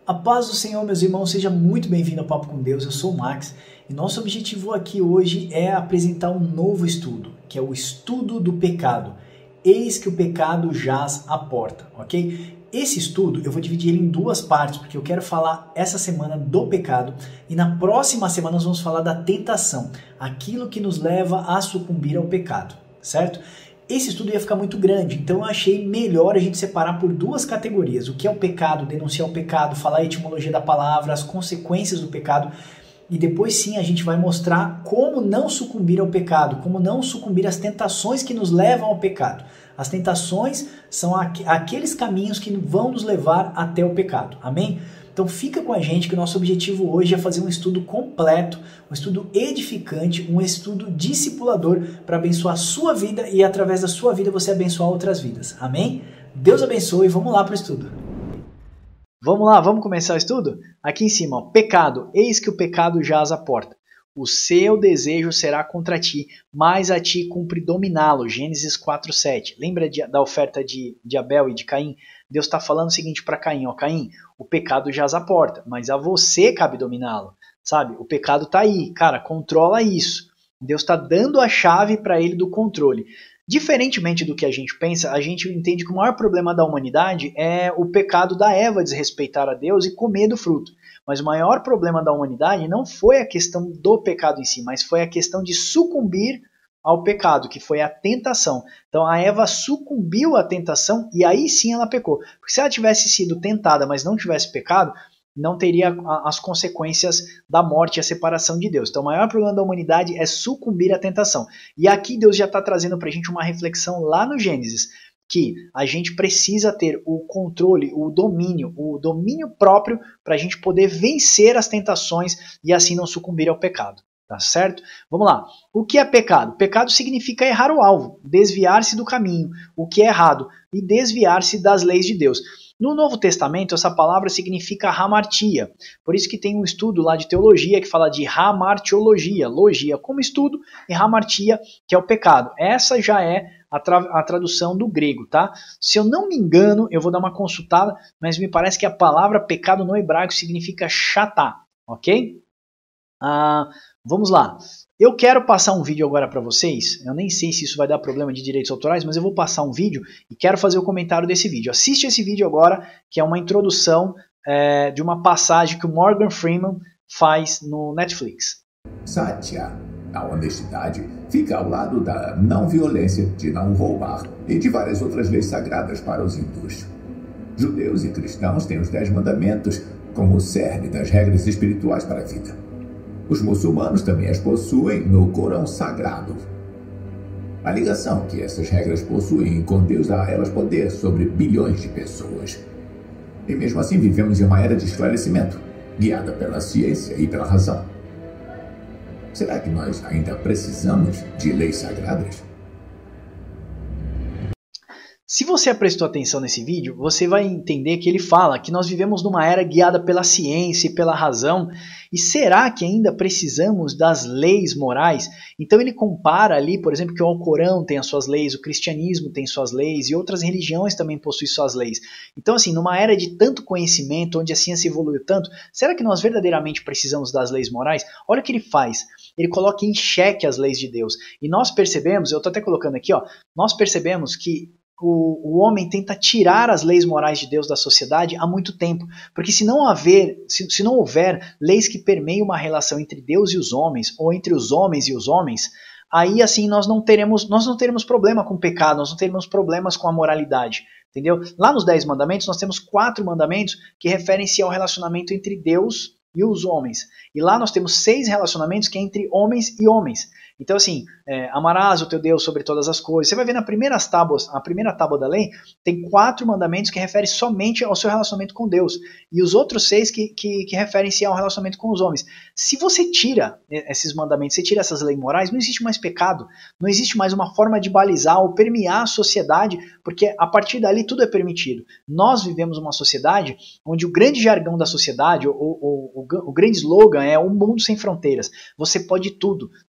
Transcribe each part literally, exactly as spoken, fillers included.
A paz do Senhor, meus irmãos, seja muito bem-vindo ao Papo com Deus. Eu sou o Max e nosso objetivo aqui hoje é apresentar um novo estudo, que é o estudo do pecado. Eis que o pecado jaz à porta, ok? Esse estudo eu vou dividir ele em duas partes, porque eu quero falar essa semana do pecado e na próxima semana nós vamos falar da tentação, aquilo que nos leva a sucumbir ao pecado, certo? Esse estudo ia ficar muito grande, então eu achei melhor a gente separar por duas categorias. O que é o pecado, denunciar o pecado, falar a etimologia da palavra, as consequências do pecado. E depois sim a gente vai mostrar como não sucumbir ao pecado, como não sucumbir às tentações que nos levam ao pecado. As tentações são aqu- aqueles caminhos que vão nos levar até o pecado. Amém? Então fica com a gente que o nosso objetivo hoje é fazer um estudo completo, um estudo edificante, um estudo discipulador para abençoar a sua vida e através da sua vida você abençoar outras vidas. Amém? Deus abençoe e vamos lá para o estudo. Vamos lá, vamos começar o estudo? Aqui em cima, ó, pecado, eis que o pecado jaz à porta. O seu desejo será contra ti, mas a ti cumpre dominá-lo. Gênesis quatro, sete. Lembra de, da oferta de, de Abel e de Caim? Deus está falando o seguinte para Caim, ó, Caim, o pecado jaz à porta, mas a você cabe dominá-lo, sabe? O pecado está aí, cara, controla isso. Deus está dando a chave para ele do controle. Diferentemente do que a gente pensa, a gente entende que o maior problema da humanidade é o pecado da Eva desrespeitar a Deus e comer do fruto. Mas o maior problema da humanidade não foi a questão do pecado em si, mas foi a questão de sucumbir ao pecado, que foi a tentação. Então a Eva sucumbiu à tentação e aí sim ela pecou. Porque se ela tivesse sido tentada, mas não tivesse pecado, não teria as consequências da morte e a separação de Deus. Então o maior problema da humanidade é sucumbir à tentação. E aqui Deus já está trazendo para a gente uma reflexão lá no Gênesis, que a gente precisa ter o controle, o domínio, o domínio próprio para a gente poder vencer as tentações e assim não sucumbir ao pecado. Tá certo? Vamos lá. O que é pecado? Pecado significa errar o alvo, desviar-se do caminho, o que é errado, e desviar-se das leis de Deus. No Novo Testamento, essa palavra significa hamartia. Por isso que tem um estudo lá de teologia que fala de hamartiologia, logia como estudo, e hamartia, que é o pecado. Essa já é a, tra a tradução do grego, tá? Se eu não me engano, eu vou dar uma consultada, mas me parece que a palavra pecado no hebraico significa chatá, ok? Ah, vamos lá. Eu quero passar um vídeo agora para vocês. Eu nem sei se isso vai dar problema de direitos autorais, mas eu vou passar um vídeo e quero fazer o comentário desse vídeo. Assiste esse vídeo agora, que é uma introdução é, de uma passagem que o Morgan Freeman faz no Netflix. Satya, a honestidade, fica ao lado da não violência, de não roubar e de várias outras leis sagradas para os hindus. Judeus e cristãos têm os Dez Mandamentos como o cerne das regras espirituais para a vida. Os muçulmanos também as possuem no Corão Sagrado. A ligação que essas regras possuem com Deus dá a elas poder sobre bilhões de pessoas. E mesmo assim vivemos em uma era de esclarecimento, guiada pela ciência e pela razão. Será que nós ainda precisamos de leis sagradas? Se você prestou atenção nesse vídeo, você vai entender que ele fala que nós vivemos numa era guiada pela ciência e pela razão. E será que ainda precisamos das leis morais? Então ele compara ali, por exemplo, que o Alcorão tem as suas leis, o cristianismo tem suas leis e outras religiões também possuem suas leis. Então assim, numa era de tanto conhecimento, onde a ciência evoluiu tanto, será que nós verdadeiramente precisamos das leis morais? Olha o que ele faz. Ele coloca em xeque as leis de Deus. E nós percebemos, eu estou até colocando aqui, ó, nós percebemos que O, o homem tenta tirar as leis morais de Deus da sociedade há muito tempo, porque se não haver, se, se não houver leis que permeiam uma relação entre Deus e os homens, ou entre os homens e os homens, aí assim nós não teremos, nós não teremos problema com o pecado, nós não teremos problemas com a moralidade, entendeu? Lá nos Dez Mandamentos nós temos quatro mandamentos que referem-se ao relacionamento entre Deus e os homens, e lá nós temos seis relacionamentos que é entre homens e homens. Então assim, é, amarás o teu Deus sobre todas as coisas. Você vai ver na primeira tábua, a primeira tábua da lei, tem quatro mandamentos que referem somente ao seu relacionamento com Deus. E os outros seis que, que, que referem-se ao relacionamento com os homens. Se você tira esses mandamentos, você tira essas leis morais, não existe mais pecado. Não existe mais uma forma de balizar ou permear a sociedade, porque a partir dali tudo é permitido. Nós vivemos uma sociedade onde o grande jargão da sociedade, o, o, o, o grande slogan é um mundo sem fronteiras. Você pode tudo. Tudo te é permitido.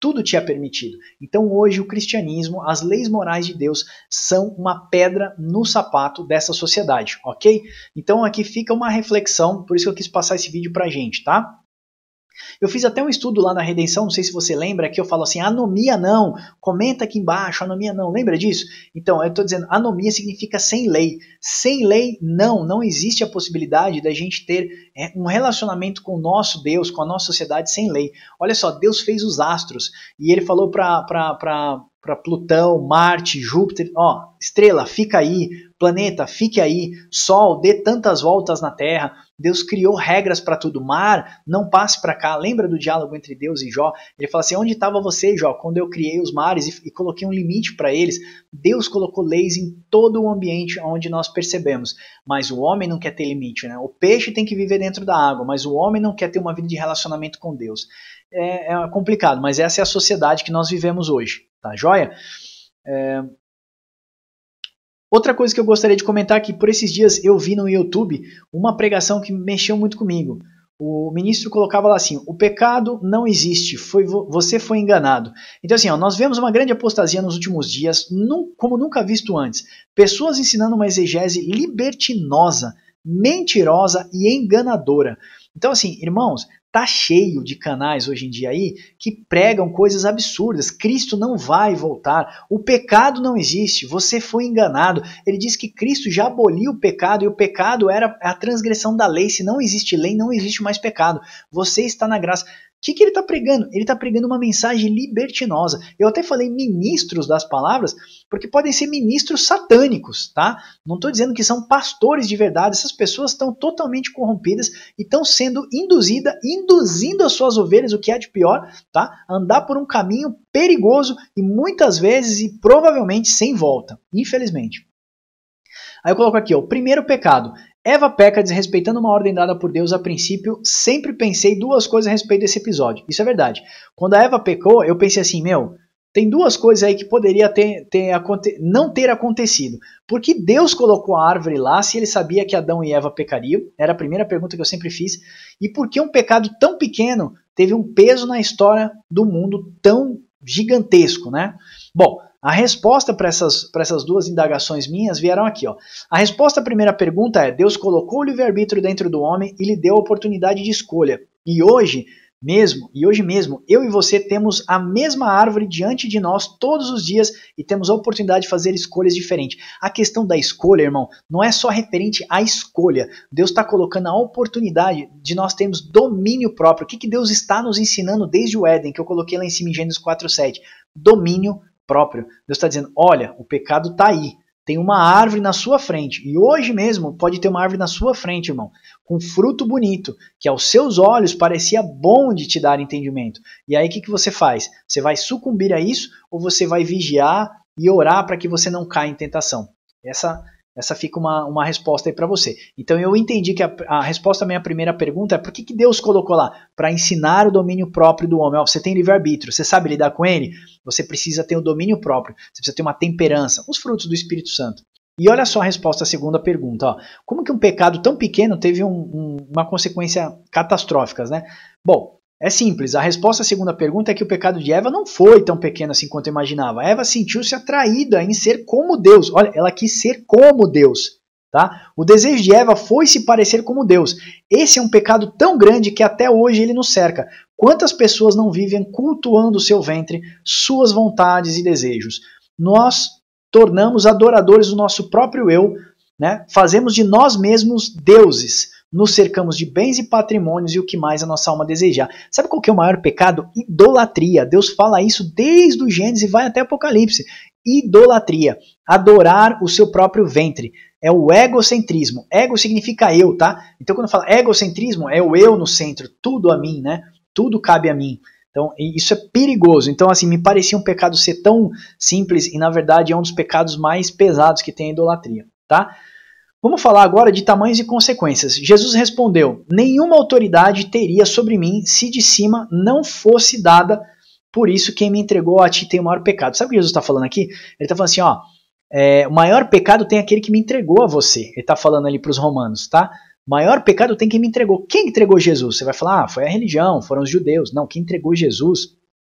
permitido. Então hoje o cristianismo, as leis morais de Deus são uma pedra no sapato dessa sociedade, ok? Então aqui fica uma reflexão, por isso que eu quis passar esse vídeo pra gente, tá? Eu fiz até um estudo lá na Redenção, não sei se você lembra, que eu falo assim, anomia não, comenta aqui embaixo, anomia não, lembra disso? Então, eu estou dizendo, anomia significa sem lei. Sem lei, não, não existe a possibilidade da gente ter é, um relacionamento com o nosso Deus, com a nossa sociedade sem lei. Olha só, Deus fez os astros, e ele falou para para Plutão, Marte, Júpiter, ó, estrela, fica aí, planeta, fique aí, Sol, dê tantas voltas na Terra. Deus criou regras para tudo. Mar, não passe para cá. Lembra do diálogo entre Deus e Jó? Ele fala assim, onde estava você, Jó, quando eu criei os mares e, e coloquei um limite para eles? Deus colocou leis em todo o ambiente onde nós percebemos, mas o homem não quer ter limite, né? O peixe tem que viver dentro da água, mas o homem não quer ter uma vida de relacionamento com Deus. É, é complicado, mas essa é a sociedade que nós vivemos hoje, tá joia? É... Outra coisa que eu gostaria de comentar aqui, por esses dias eu vi no YouTube uma pregação que mexeu muito comigo. O ministro colocava lá assim, o pecado não existe, foi, você foi enganado. Então assim, ó, nós vemos uma grande apostasia nos últimos dias, num, como nunca visto antes. Pessoas ensinando uma exegese libertinosa, mentirosa e enganadora. Então assim, irmãos, tá cheio de canais hoje em dia aí que pregam coisas absurdas. Cristo não vai voltar. O pecado não existe. Você foi enganado. Ele diz que Cristo já aboliu o pecado e o pecado era a transgressão da lei. Se não existe lei, não existe mais pecado. Você está na graça. O que, que ele está pregando? Ele está pregando uma mensagem libertinosa. Eu até falei ministros das palavras, porque podem ser ministros satânicos, tá? Não estou dizendo que são pastores de verdade. Essas pessoas estão totalmente corrompidas e estão sendo induzidas, induzindo as suas ovelhas, o que é de pior, tá? A andar por um caminho perigoso e muitas vezes e provavelmente sem volta, infelizmente. Aí eu coloco aqui, ó, o primeiro pecado. Eva peca desrespeitando uma ordem dada por Deus a princípio. Sempre pensei duas coisas a respeito desse episódio. Isso é verdade. Quando a Eva pecou, eu pensei assim, meu, tem duas coisas aí que poderia ter, ter, não ter acontecido. Por que Deus colocou a árvore lá se ele sabia que Adão e Eva pecariam? Era a primeira pergunta que eu sempre fiz. E por que um pecado tão pequeno teve um peso na história do mundo tão gigantesco, né? Bom, a resposta para essas, para essas duas indagações minhas vieram aqui, ó. A resposta à primeira pergunta é, Deus colocou o livre-arbítrio dentro do homem e lhe deu a oportunidade de escolha. E hoje mesmo, e hoje mesmo, eu e você temos a mesma árvore diante de nós todos os dias e temos a oportunidade de fazer escolhas diferentes. A questão da escolha, irmão, não é só referente à escolha. Deus está colocando a oportunidade de nós termos domínio próprio. O que, que Deus está nos ensinando desde o Éden, que eu coloquei lá em cima em Gênesis quatro, sete? Domínio próprio. Deus está dizendo, olha, o pecado está aí. Tem uma árvore na sua frente. E hoje mesmo pode ter uma árvore na sua frente, irmão, com fruto bonito, que aos seus olhos parecia bom de te dar entendimento. E aí o que, que você faz? Você vai sucumbir a isso ou você vai vigiar e orar para que você não caia em tentação? Essa, essa fica uma, uma resposta aí para você. Então eu entendi que a, a resposta à minha primeira pergunta é por que, que Deus colocou lá? Para ensinar o domínio próprio do homem. Ó, você tem livre-arbítrio, você sabe lidar com ele? Você precisa ter o domínio próprio, você precisa ter uma temperança, os frutos do Espírito Santo. E olha só a resposta à segunda pergunta. Ó. Como que um pecado tão pequeno teve um, um, uma consequência catastrófica, né? Bom, é simples. A resposta à segunda pergunta é que o pecado de Eva não foi tão pequeno assim quanto eu imaginava. Eva sentiu-se atraída em ser como Deus. Olha, ela quis ser como Deus. Tá? O desejo de Eva foi se parecer como Deus. Esse é um pecado tão grande que até hoje ele nos cerca. Quantas pessoas não vivem cultuando o seu ventre, suas vontades e desejos? Nós tornamos adoradores do nosso próprio eu, né? Fazemos de nós mesmos deuses, nos cercamos de bens e patrimônios e o que mais a nossa alma desejar. Sabe qual que é o maior pecado? Idolatria. Deus fala isso desde o Gênesis e vai até Apocalipse. Idolatria. Adorar o seu próprio ventre. É o egocentrismo. Ego significa eu, tá? Então quando fala egocentrismo, é o eu no centro, tudo a mim, né? Tudo cabe a mim. Então isso é perigoso. Então assim, me parecia um pecado ser tão simples e na verdade é um dos pecados mais pesados que tem a idolatria, tá? Vamos falar agora de tamanhos e consequências. Jesus respondeu, nenhuma autoridade teria sobre mim se de cima não fosse dada, por isso quem me entregou a ti tem o maior pecado. Sabe o que Jesus está falando aqui? Ele está falando assim, ó, é, o maior pecado tem aquele que me entregou a você. Ele está falando ali para os romanos, tá? O maior pecado tem quem me entregou. Quem entregou Jesus? Você vai falar, ah, foi a religião, foram os judeus. Não, quem entregou Jesus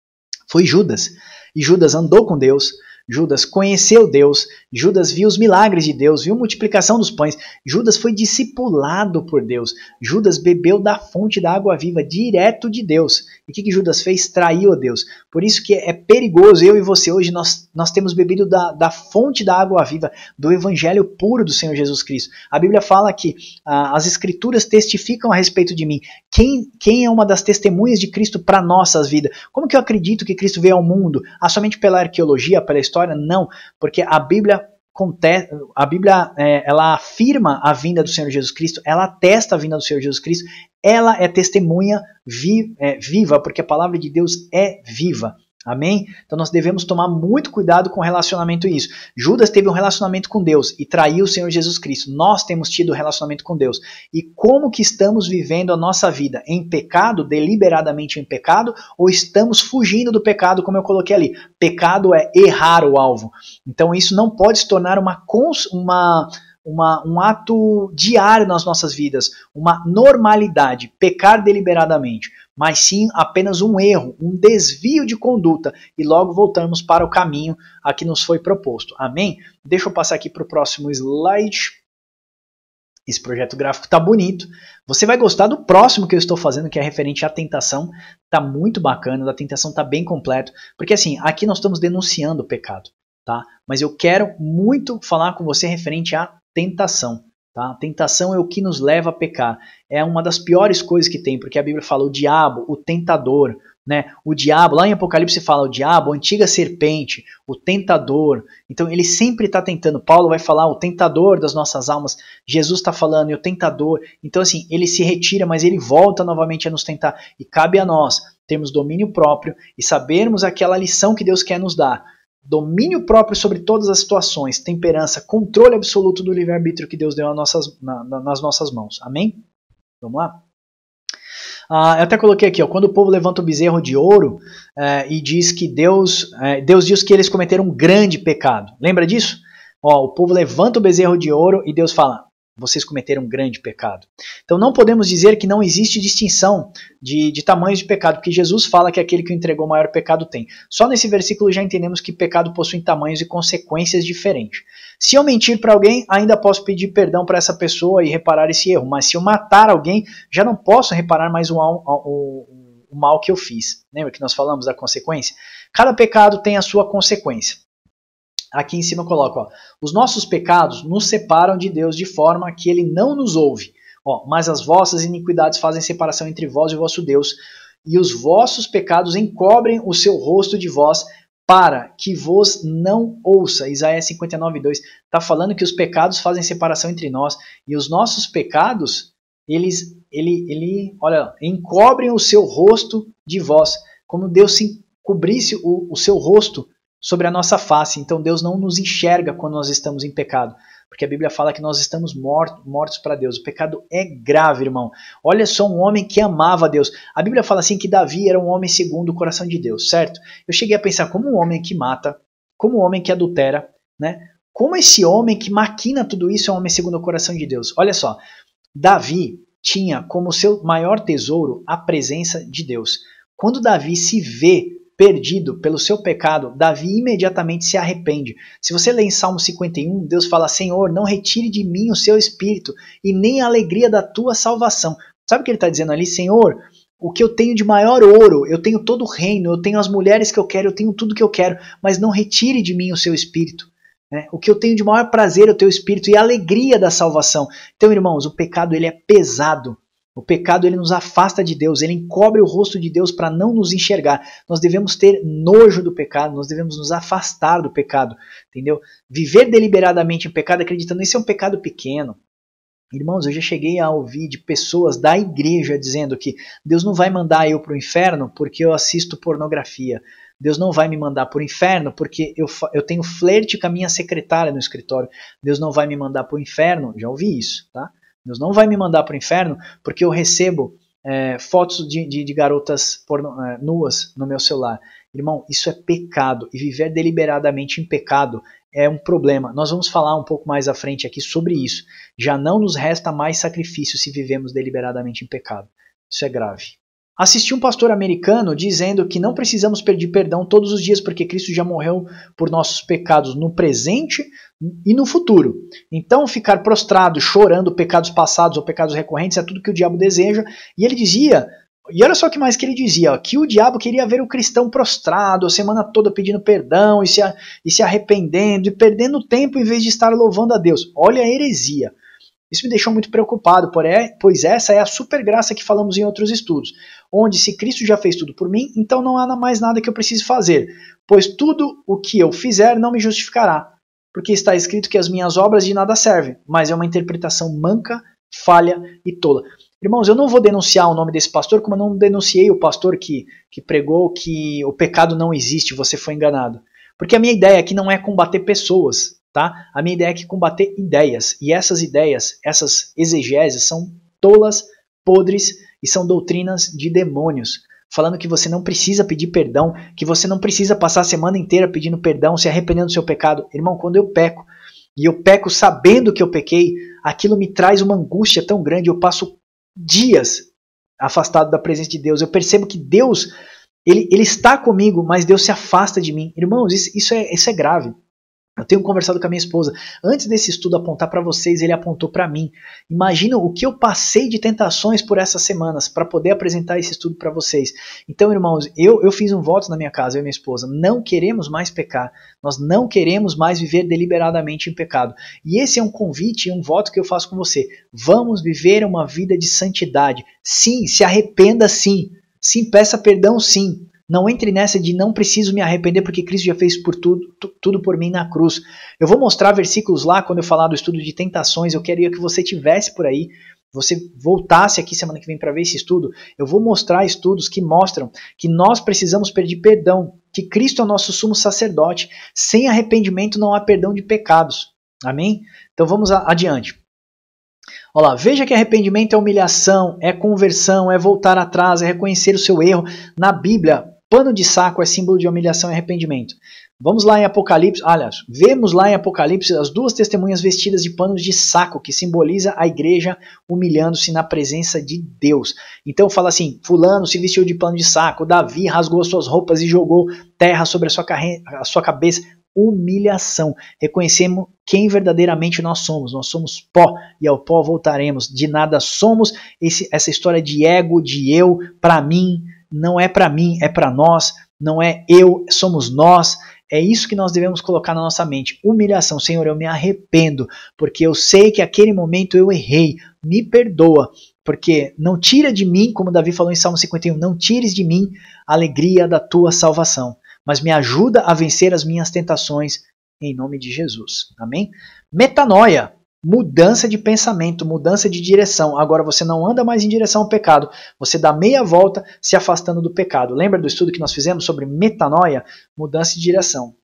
Foi Judas. E Judas andou com Deus, Judas conheceu Deus, Judas viu os milagres de Deus, viu a multiplicação dos pães, Judas foi discipulado por Deus, Judas bebeu da fonte da água viva, direto de Deus. E o que, que Judas fez? Traiu a Deus. Por isso que é perigoso, eu e você hoje, nós, nós temos bebido da, da fonte da água viva, do evangelho puro do Senhor Jesus Cristo. A Bíblia fala que ah, as escrituras testificam a respeito de mim. Quem, quem é uma das testemunhas de Cristo para nossas vidas? Como que eu acredito que Cristo veio ao mundo? Ah, somente pela arqueologia, pela história? Não, porque a Bíblia a Bíblia é, ela afirma a vinda do Senhor Jesus Cristo, ela atesta a vinda do Senhor Jesus Cristo, ela é testemunha vi, é, viva, porque a palavra de Deus é viva. Amém? Então nós devemos tomar muito cuidado com o relacionamento a isso. Judas teve um relacionamento com Deus e traiu o Senhor Jesus Cristo. Nós temos tido um relacionamento com Deus. E como que estamos vivendo a nossa vida? Em pecado, deliberadamente em pecado, ou estamos fugindo do pecado, como eu coloquei ali? Pecado é errar o alvo. Então isso não pode se tornar uma... Cons, uma Uma, um ato diário nas nossas vidas, uma normalidade, pecar deliberadamente, mas sim apenas um erro, um desvio de conduta e logo voltamos para o caminho a que nos foi proposto. Amém? Deixa eu passar aqui para o próximo slide. Esse projeto gráfico está bonito. Você vai gostar do próximo que eu estou fazendo, que é referente à tentação. Está muito bacana, a tentação está bem completo, porque assim, aqui nós estamos denunciando o pecado, tá? Mas eu quero muito falar com você referente à tentação. Tá? Tentação é o que nos leva a pecar. É uma das piores coisas que tem, porque a Bíblia fala o diabo, o tentador, né? O diabo, lá em Apocalipse fala o diabo, a antiga serpente, o tentador. Então ele sempre está tentando. Paulo vai falar o tentador das nossas almas. Jesus está falando, e o tentador. Então assim, ele se retira, mas ele volta novamente a nos tentar. E cabe a nós termos domínio próprio e sabermos aquela lição que Deus quer nos dar. Domínio próprio sobre todas as situações, temperança, controle absoluto do livre-arbítrio que Deus deu nas nossas, na, nas nossas mãos. Amém? Vamos lá? Ah, eu até coloquei aqui, ó, quando o povo levanta o bezerro de ouro eh, e diz que Deus, eh, Deus diz que eles cometeram um grande pecado. Lembra disso? Ó, o povo levanta o bezerro de ouro e Deus fala, vocês cometeram um grande pecado. Então não podemos dizer que não existe distinção de, de tamanhos de pecado, porque Jesus fala que aquele que o entregou o maior pecado tem. Só nesse versículo já entendemos que pecado possui tamanhos e consequências diferentes. Se eu mentir para alguém, ainda posso pedir perdão para essa pessoa e reparar esse erro, mas se eu matar alguém, já não posso reparar mais o, o, o mal que eu fiz. Lembra que nós falamos da consequência? Cada pecado tem a sua consequência. Aqui em cima eu coloco, ó, os nossos pecados nos separam de Deus de forma que Ele não nos ouve. Ó, mas as vossas iniquidades fazem separação entre vós e o vosso Deus, e os vossos pecados encobrem o seu rosto de vós, para que vos não ouça. Isaías cinquenta e nove, dois está falando que os pecados fazem separação entre nós, e os nossos pecados, eles, ele, ele, olha, encobrem o seu rosto de vós, como Deus se cobrisse o, o seu rosto sobre a nossa face. Então Deus não nos enxerga quando nós estamos em pecado, porque a Bíblia fala que nós estamos mortos, mortos para Deus. O pecado é grave, irmão. Olha só um homem que amava a Deus. A Bíblia fala assim que Davi era um homem segundo o coração de Deus, certo? Eu cheguei a pensar como um homem que mata, como um homem que adultera, né? Como esse homem que maquina tudo isso é um homem segundo o coração de Deus. Olha só, Davi tinha como seu maior tesouro a presença de Deus. Quando Davi se vê perdido pelo seu pecado, Davi imediatamente se arrepende. Se você ler em Salmo cinquenta e um, Deus fala, Senhor, não retire de mim o seu espírito e nem a alegria da tua salvação. Sabe o que ele está dizendo ali? Senhor, o que eu tenho de maior ouro, eu tenho todo o reino, eu tenho as mulheres que eu quero, eu tenho tudo que eu quero, mas não retire de mim o seu espírito. É, o que eu tenho de maior prazer é o teu espírito e a alegria da salvação. Então, irmãos, o pecado ele é pesado. O pecado ele nos afasta de Deus, ele encobre o rosto de Deus para não nos enxergar. Nós devemos ter nojo do pecado, nós devemos nos afastar do pecado, entendeu? Viver deliberadamente em pecado, acreditando que isso é um pecado pequeno. Irmãos, eu já cheguei a ouvir de pessoas da igreja dizendo que Deus não vai mandar eu para o inferno porque eu assisto pornografia. Deus não vai me mandar para o inferno porque eu, eu tenho flerte com a minha secretária no escritório. Deus não vai me mandar para o inferno, já ouvi isso, tá? Deus não vai me mandar para o inferno porque eu recebo é, fotos de, de, de garotas porno, é, nuas no meu celular. Irmão, isso é pecado e viver deliberadamente em pecado é um problema. Nós vamos falar um pouco mais à frente aqui sobre isso. Já não nos resta mais sacrifício se vivemos deliberadamente em pecado. Isso é grave. Assisti um pastor americano dizendo que não precisamos pedir perdão todos os dias porque Cristo já morreu por nossos pecados no presente e no futuro. Então ficar prostrado, chorando pecados passados ou pecados recorrentes é tudo que o diabo deseja. E ele dizia, e olha só o que mais que ele dizia, ó, que o diabo queria ver o cristão prostrado a semana toda pedindo perdão e se, e se arrependendo e perdendo tempo em vez de estar louvando a Deus. Olha a heresia. Isso me deixou muito preocupado, pois essa é a super graça que falamos em outros estudos, onde se Cristo já fez tudo por mim, então não há mais nada que eu precise fazer, pois tudo o que eu fizer não me justificará, porque está escrito que as minhas obras de nada servem, mas é uma interpretação manca, falha e tola. Irmãos, eu não vou denunciar o nome desse pastor, como eu não denunciei o pastor que, que pregou que o pecado não existe, você foi enganado. Porque a minha ideia aqui não é combater pessoas, tá? A minha ideia é que combater ideias, e essas ideias, essas exegeses são tolas, podres e são doutrinas de demônios, falando que você não precisa pedir perdão, que você não precisa passar a semana inteira pedindo perdão, se arrependendo do seu pecado. Irmão, quando eu peco, e eu peco sabendo que eu pequei, aquilo me traz uma angústia tão grande, eu passo dias afastado da presença de Deus, eu percebo que Deus, ele, ele está comigo, mas Deus se afasta de mim. Irmãos, isso, isso, é, isso é grave. Eu tenho conversado com a minha esposa. Antes desse estudo apontar para vocês, ele apontou para mim. Imagina o que eu passei de tentações por essas semanas para poder apresentar esse estudo para vocês. Então, irmãos, eu, eu fiz um voto na minha casa, eu e minha esposa. Não queremos mais pecar. Nós não queremos mais viver deliberadamente em pecado. E esse é um convite e um voto que eu faço com você. Vamos viver uma vida de santidade. Sim, se arrependa sim. Sim, peça perdão sim. Não entre nessa de não preciso me arrepender porque Cristo já fez por tudo, tudo por mim na cruz. Eu vou mostrar versículos lá quando eu falar do estudo de tentações. Eu queria que você tivesse por aí, você voltasse aqui semana que vem para ver esse estudo. Eu vou mostrar estudos que mostram que nós precisamos pedir perdão, que Cristo é o nosso sumo sacerdote. Sem arrependimento não há perdão de pecados. Amém? Então vamos adiante. Olha lá, veja que arrependimento é humilhação, é conversão, é voltar atrás, é reconhecer o seu erro. Na Bíblia, pano de saco é símbolo de humilhação e arrependimento. Vamos lá em Apocalipse, aliás, vemos lá em Apocalipse as duas testemunhas vestidas de panos de saco, que simboliza a igreja humilhando-se na presença de Deus. Então fala assim, fulano se vestiu de pano de saco, Davi rasgou as suas roupas e jogou terra sobre a sua, carre... a sua cabeça. Humilhação. Reconhecemos quem verdadeiramente nós somos. Nós somos pó e ao pó voltaremos. De nada somos. Esse, essa história de ego, de eu, para mim, não é para mim, é para nós. Não é eu, somos nós. É isso que nós devemos colocar na nossa mente. Humilhação. Senhor, eu me arrependo, porque eu sei que aquele momento eu errei. Me perdoa, porque não tira de mim, como Davi falou em Salmo cinquenta e um, não tires de mim a alegria da tua salvação, mas me ajuda a vencer as minhas tentações em nome de Jesus. Amém? Metanoia, mudança de pensamento, mudança de direção. Agora você não anda mais em direção ao pecado, você dá meia volta se afastando do pecado. Lembra do estudo que nós fizemos sobre metanoia? Mudança de direção.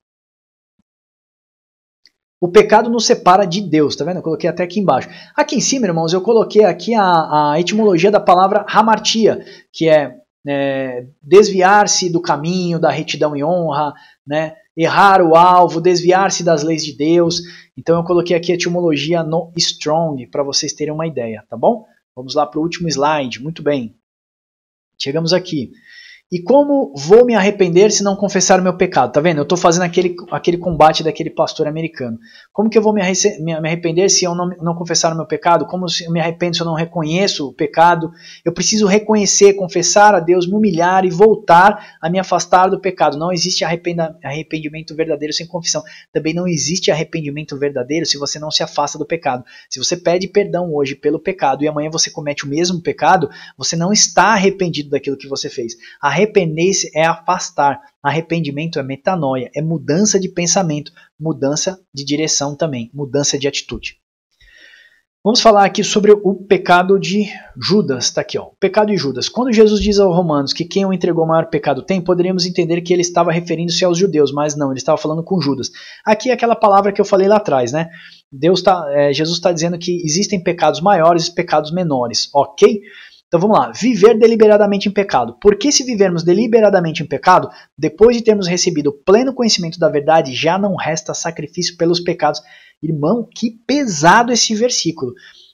O pecado nos separa de Deus, tá vendo? Eu coloquei até aqui embaixo. Aqui em cima, irmãos, eu coloquei aqui a, a etimologia da palavra hamartia, que é É, desviar-se do caminho, da retidão e honra, né? Errar o alvo, desviar-se das leis de Deus. Então eu coloquei aqui a etimologia no Strong, para vocês terem uma ideia, tá bom? Vamos lá para o último slide, muito bem. Chegamos aqui. E como vou me arrepender se não confessar o meu pecado? Tá vendo? Eu estou fazendo aquele, aquele combate daquele pastor americano. Como que eu vou me arrepender se eu não, não confessar o meu pecado? Como eu me arrependo se eu não reconheço o pecado? Eu preciso reconhecer, confessar a Deus, me humilhar e voltar a me afastar do pecado. Não existe arrependimento verdadeiro sem confissão. Também não existe arrependimento verdadeiro se você não se afasta do pecado. Se você pede perdão hoje pelo pecado e amanhã você comete o mesmo pecado, você não está arrependido daquilo que você fez. Arrepender-se é afastar. Arrependimento é metanoia, é mudança de pensamento, mudança de direção também, mudança de atitude. Vamos falar aqui sobre o pecado de Judas. Está aqui, ó. O pecado de Judas. Quando Jesus diz aos romanos que quem o entregou o maior pecado tem, poderíamos entender que ele estava referindo-se aos judeus, mas não, ele estava falando com Judas. Aqui é aquela palavra que eu falei lá atrás, né? Deus tá, é, Jesus está dizendo que existem pecados maiores e pecados menores, ok? Então vamos lá, viver deliberadamente em pecado. Por que se vivermos deliberadamente em pecado, depois de termos recebido o pleno conhecimento da verdade, já não resta sacrifício pelos pecados? Irmão, que pesado esse versículo.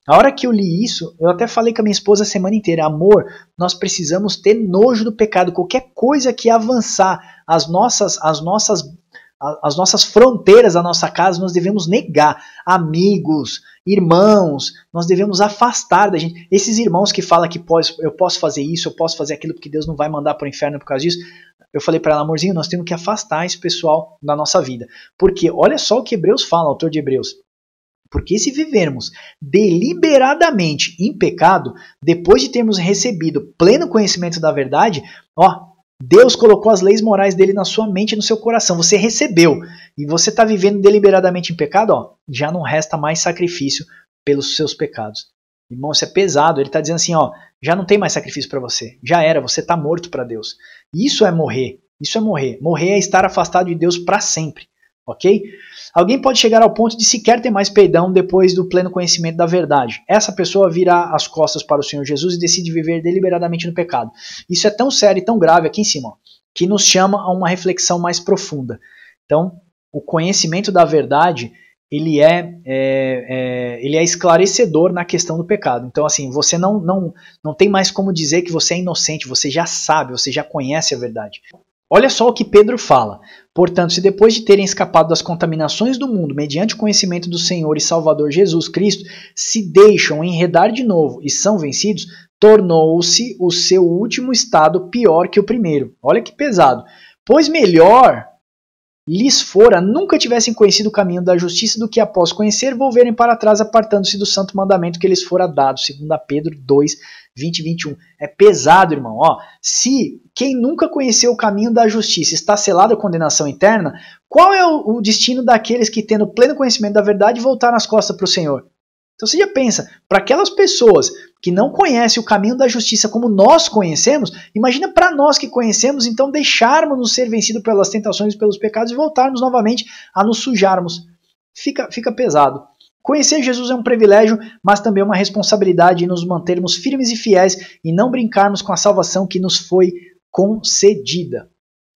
A hora que eu li isso, eu até falei com a minha esposa a semana inteira, amor, nós precisamos ter nojo do pecado. Qualquer coisa que avançar as nossas, as nossas, as nossas fronteiras da nossa casa, nós devemos negar. Amigos, irmãos, nós devemos afastar da gente. Esses irmãos que falam que pode, eu posso fazer isso, eu posso fazer aquilo, porque Deus não vai mandar para o inferno por causa disso. Eu falei para ela, amorzinho, nós temos que afastar esse pessoal da nossa vida. Porque olha só o que Hebreus fala, o autor de Hebreus. Porque se vivermos deliberadamente em pecado, depois de termos recebido pleno conhecimento da verdade, ó, Deus colocou as leis morais dele na sua mente e no seu coração. Você recebeu e você está vivendo deliberadamente em pecado, ó, já não resta mais sacrifício pelos seus pecados. Irmão, isso é pesado. Ele está dizendo assim, ó, já não tem mais sacrifício para você. Já era, você está morto para Deus. Isso é morrer. Isso é morrer. Morrer é estar afastado de Deus para sempre. Ok? Alguém pode chegar ao ponto de sequer ter mais perdão depois do pleno conhecimento da verdade. Essa pessoa vira as costas para o Senhor Jesus e decide viver deliberadamente no pecado. Isso é tão sério e tão grave aqui em cima, ó, que nos chama a uma reflexão mais profunda. Então, o conhecimento da verdade, ele é, é, é, ele é esclarecedor na questão do pecado. Então, assim, você não, não, não tem mais como dizer que você é inocente, você já sabe, você já conhece a verdade. Olha só o que Pedro fala. Portanto, se depois de terem escapado das contaminações do mundo, mediante o conhecimento do Senhor e Salvador Jesus Cristo, se deixam enredar de novo e são vencidos, tornou-se o seu último estado pior que o primeiro. Olha que pesado. Pois melhor lhes fora nunca tivessem conhecido o caminho da justiça do que após conhecer, volverem para trás apartando-se do santo mandamento que lhes fora dado, segundo Pedro dois, vinte e vinte e um. É pesado, irmão. Ó, se quem nunca conheceu o caminho da justiça está selado a condenação eterna, qual é o, o destino daqueles que, tendo pleno conhecimento da verdade, voltaram as costas para o Senhor? Então você já pensa, para aquelas pessoas que não conhecem o caminho da justiça como nós conhecemos, imagina para nós que conhecemos, então deixarmos-nos ser vencidos pelas tentações e pelos pecados e voltarmos novamente a nos sujarmos. Fica, fica pesado. Conhecer Jesus é um privilégio, mas também uma responsabilidade em nos mantermos firmes e fiéis e não brincarmos com a salvação que nos foi concedida.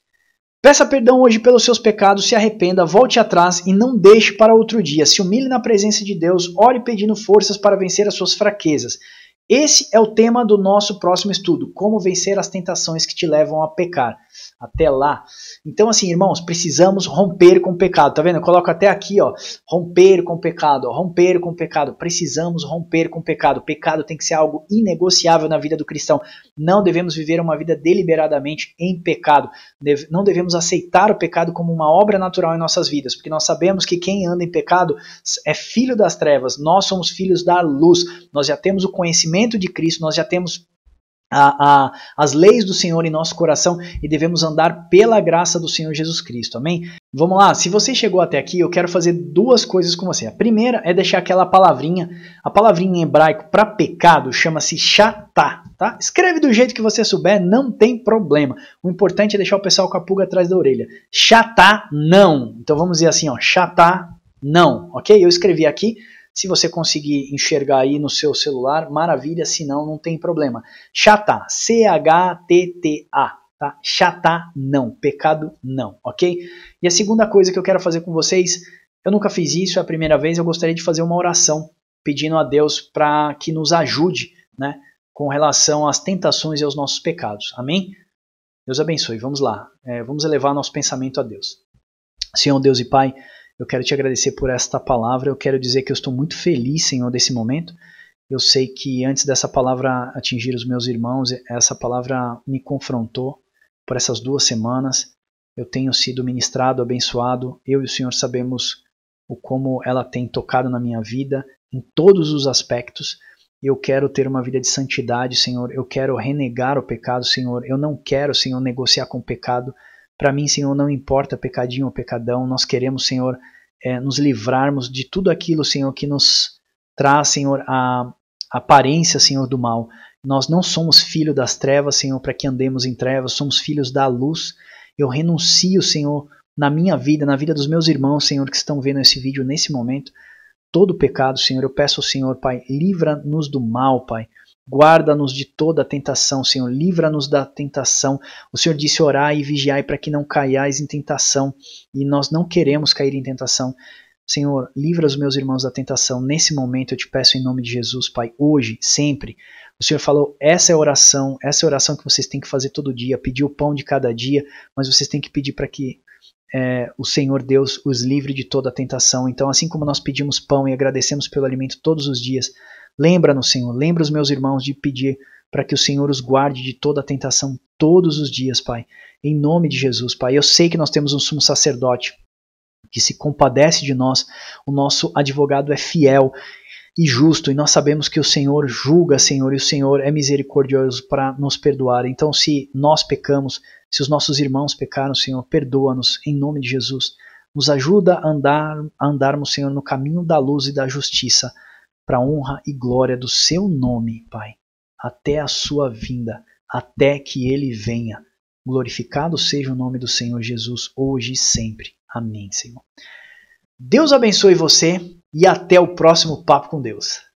Peça perdão hoje pelos seus pecados, se arrependa, volte atrás e não deixe para outro dia. Se humilhe na presença de Deus, ore pedindo forças para vencer as suas fraquezas. Esse é o tema do nosso próximo estudo, como vencer as tentações que te levam a pecar. Até lá. Então assim, irmãos, precisamos romper com o pecado. Tá vendo? Eu coloco até aqui, ó, romper com o pecado, ó, romper com o pecado. Precisamos romper com o pecado. O pecado tem que ser algo inegociável na vida do cristão. Não devemos viver uma vida deliberadamente em pecado. Deve, não devemos aceitar o pecado como uma obra natural em nossas vidas, porque nós sabemos que quem anda em pecado é filho das trevas. Nós somos filhos da luz. Nós já temos o conhecimento de Cristo, nós já temos A, a, as leis do Senhor em nosso coração e devemos andar pela graça do Senhor Jesus Cristo, amém? Vamos lá, se você chegou até aqui, eu quero fazer duas coisas com você. A primeira é deixar aquela palavrinha, a palavrinha em hebraico para pecado chama-se chatá, tá? Escreve do jeito que você souber, não tem problema. O importante é deixar o pessoal com a pulga atrás da orelha. Chatá, não. Então vamos dizer assim, ó, chatá, não, ok? Eu escrevi aqui. Se você conseguir enxergar aí no seu celular, maravilha, se não, não tem problema. Chatá, C H T T A, tá? Chatá, não, pecado não, ok? E a segunda coisa que eu quero fazer com vocês, eu nunca fiz isso, é a primeira vez, eu gostaria de fazer uma oração pedindo a Deus para que nos ajude, né, com relação às tentações e aos nossos pecados, amém? Deus abençoe, vamos lá, é, vamos elevar nosso pensamento a Deus. Senhor Deus e Pai, eu quero te agradecer por esta palavra, eu quero dizer que eu estou muito feliz, Senhor, desse momento. Eu sei que antes dessa palavra atingir os meus irmãos, essa palavra me confrontou por essas duas semanas. Eu tenho sido ministrado, abençoado, eu e o Senhor sabemos o como ela tem tocado na minha vida, em todos os aspectos. Eu quero ter uma vida de santidade, Senhor, eu quero renegar o pecado, Senhor, eu não quero, Senhor, negociar com o pecado. Para mim, Senhor, não importa pecadinho ou pecadão, nós queremos, Senhor, é, nos livrarmos de tudo aquilo, Senhor, que nos traz, Senhor, a aparência, Senhor, do mal. Nós não somos filhos das trevas, Senhor, para que andemos em trevas, somos filhos da luz. Eu renuncio, Senhor, na minha vida, na vida dos meus irmãos, Senhor, que estão vendo esse vídeo nesse momento, todo pecado, Senhor. Eu peço ao Senhor, Pai, livra-nos do mal, Pai. Guarda-nos de toda a tentação, Senhor, livra-nos da tentação. O Senhor disse orai e vigiai para que não caiais em tentação, e nós não queremos cair em tentação. Senhor, livra os meus irmãos da tentação. Nesse momento eu te peço em nome de Jesus, Pai, hoje, sempre. O Senhor falou, essa é a oração, essa é a oração que vocês têm que fazer todo dia, pedir o pão de cada dia, mas vocês têm que pedir para que é, o Senhor Deus os livre de toda a tentação. Então, assim como nós pedimos pão e agradecemos pelo alimento todos os dias, lembra-nos, Senhor, lembra os meus irmãos de pedir para que o Senhor os guarde de toda a tentação todos os dias, Pai. Em nome de Jesus, Pai. Eu sei que nós temos um sumo sacerdote que se compadece de nós, o nosso advogado é fiel e justo, e nós sabemos que o Senhor julga, Senhor, e o Senhor é misericordioso para nos perdoar. Então, se nós pecamos, se os nossos irmãos pecaram, Senhor, perdoa-nos, em nome de Jesus. Nos ajuda a, andar, a andarmos, Senhor, no caminho da luz e da justiça, para a honra e glória do seu nome, Pai, até a sua vinda, até que ele venha. Glorificado seja o nome do Senhor Jesus, hoje e sempre. Amém, Senhor. Deus abençoe você e até o próximo Papo com Deus.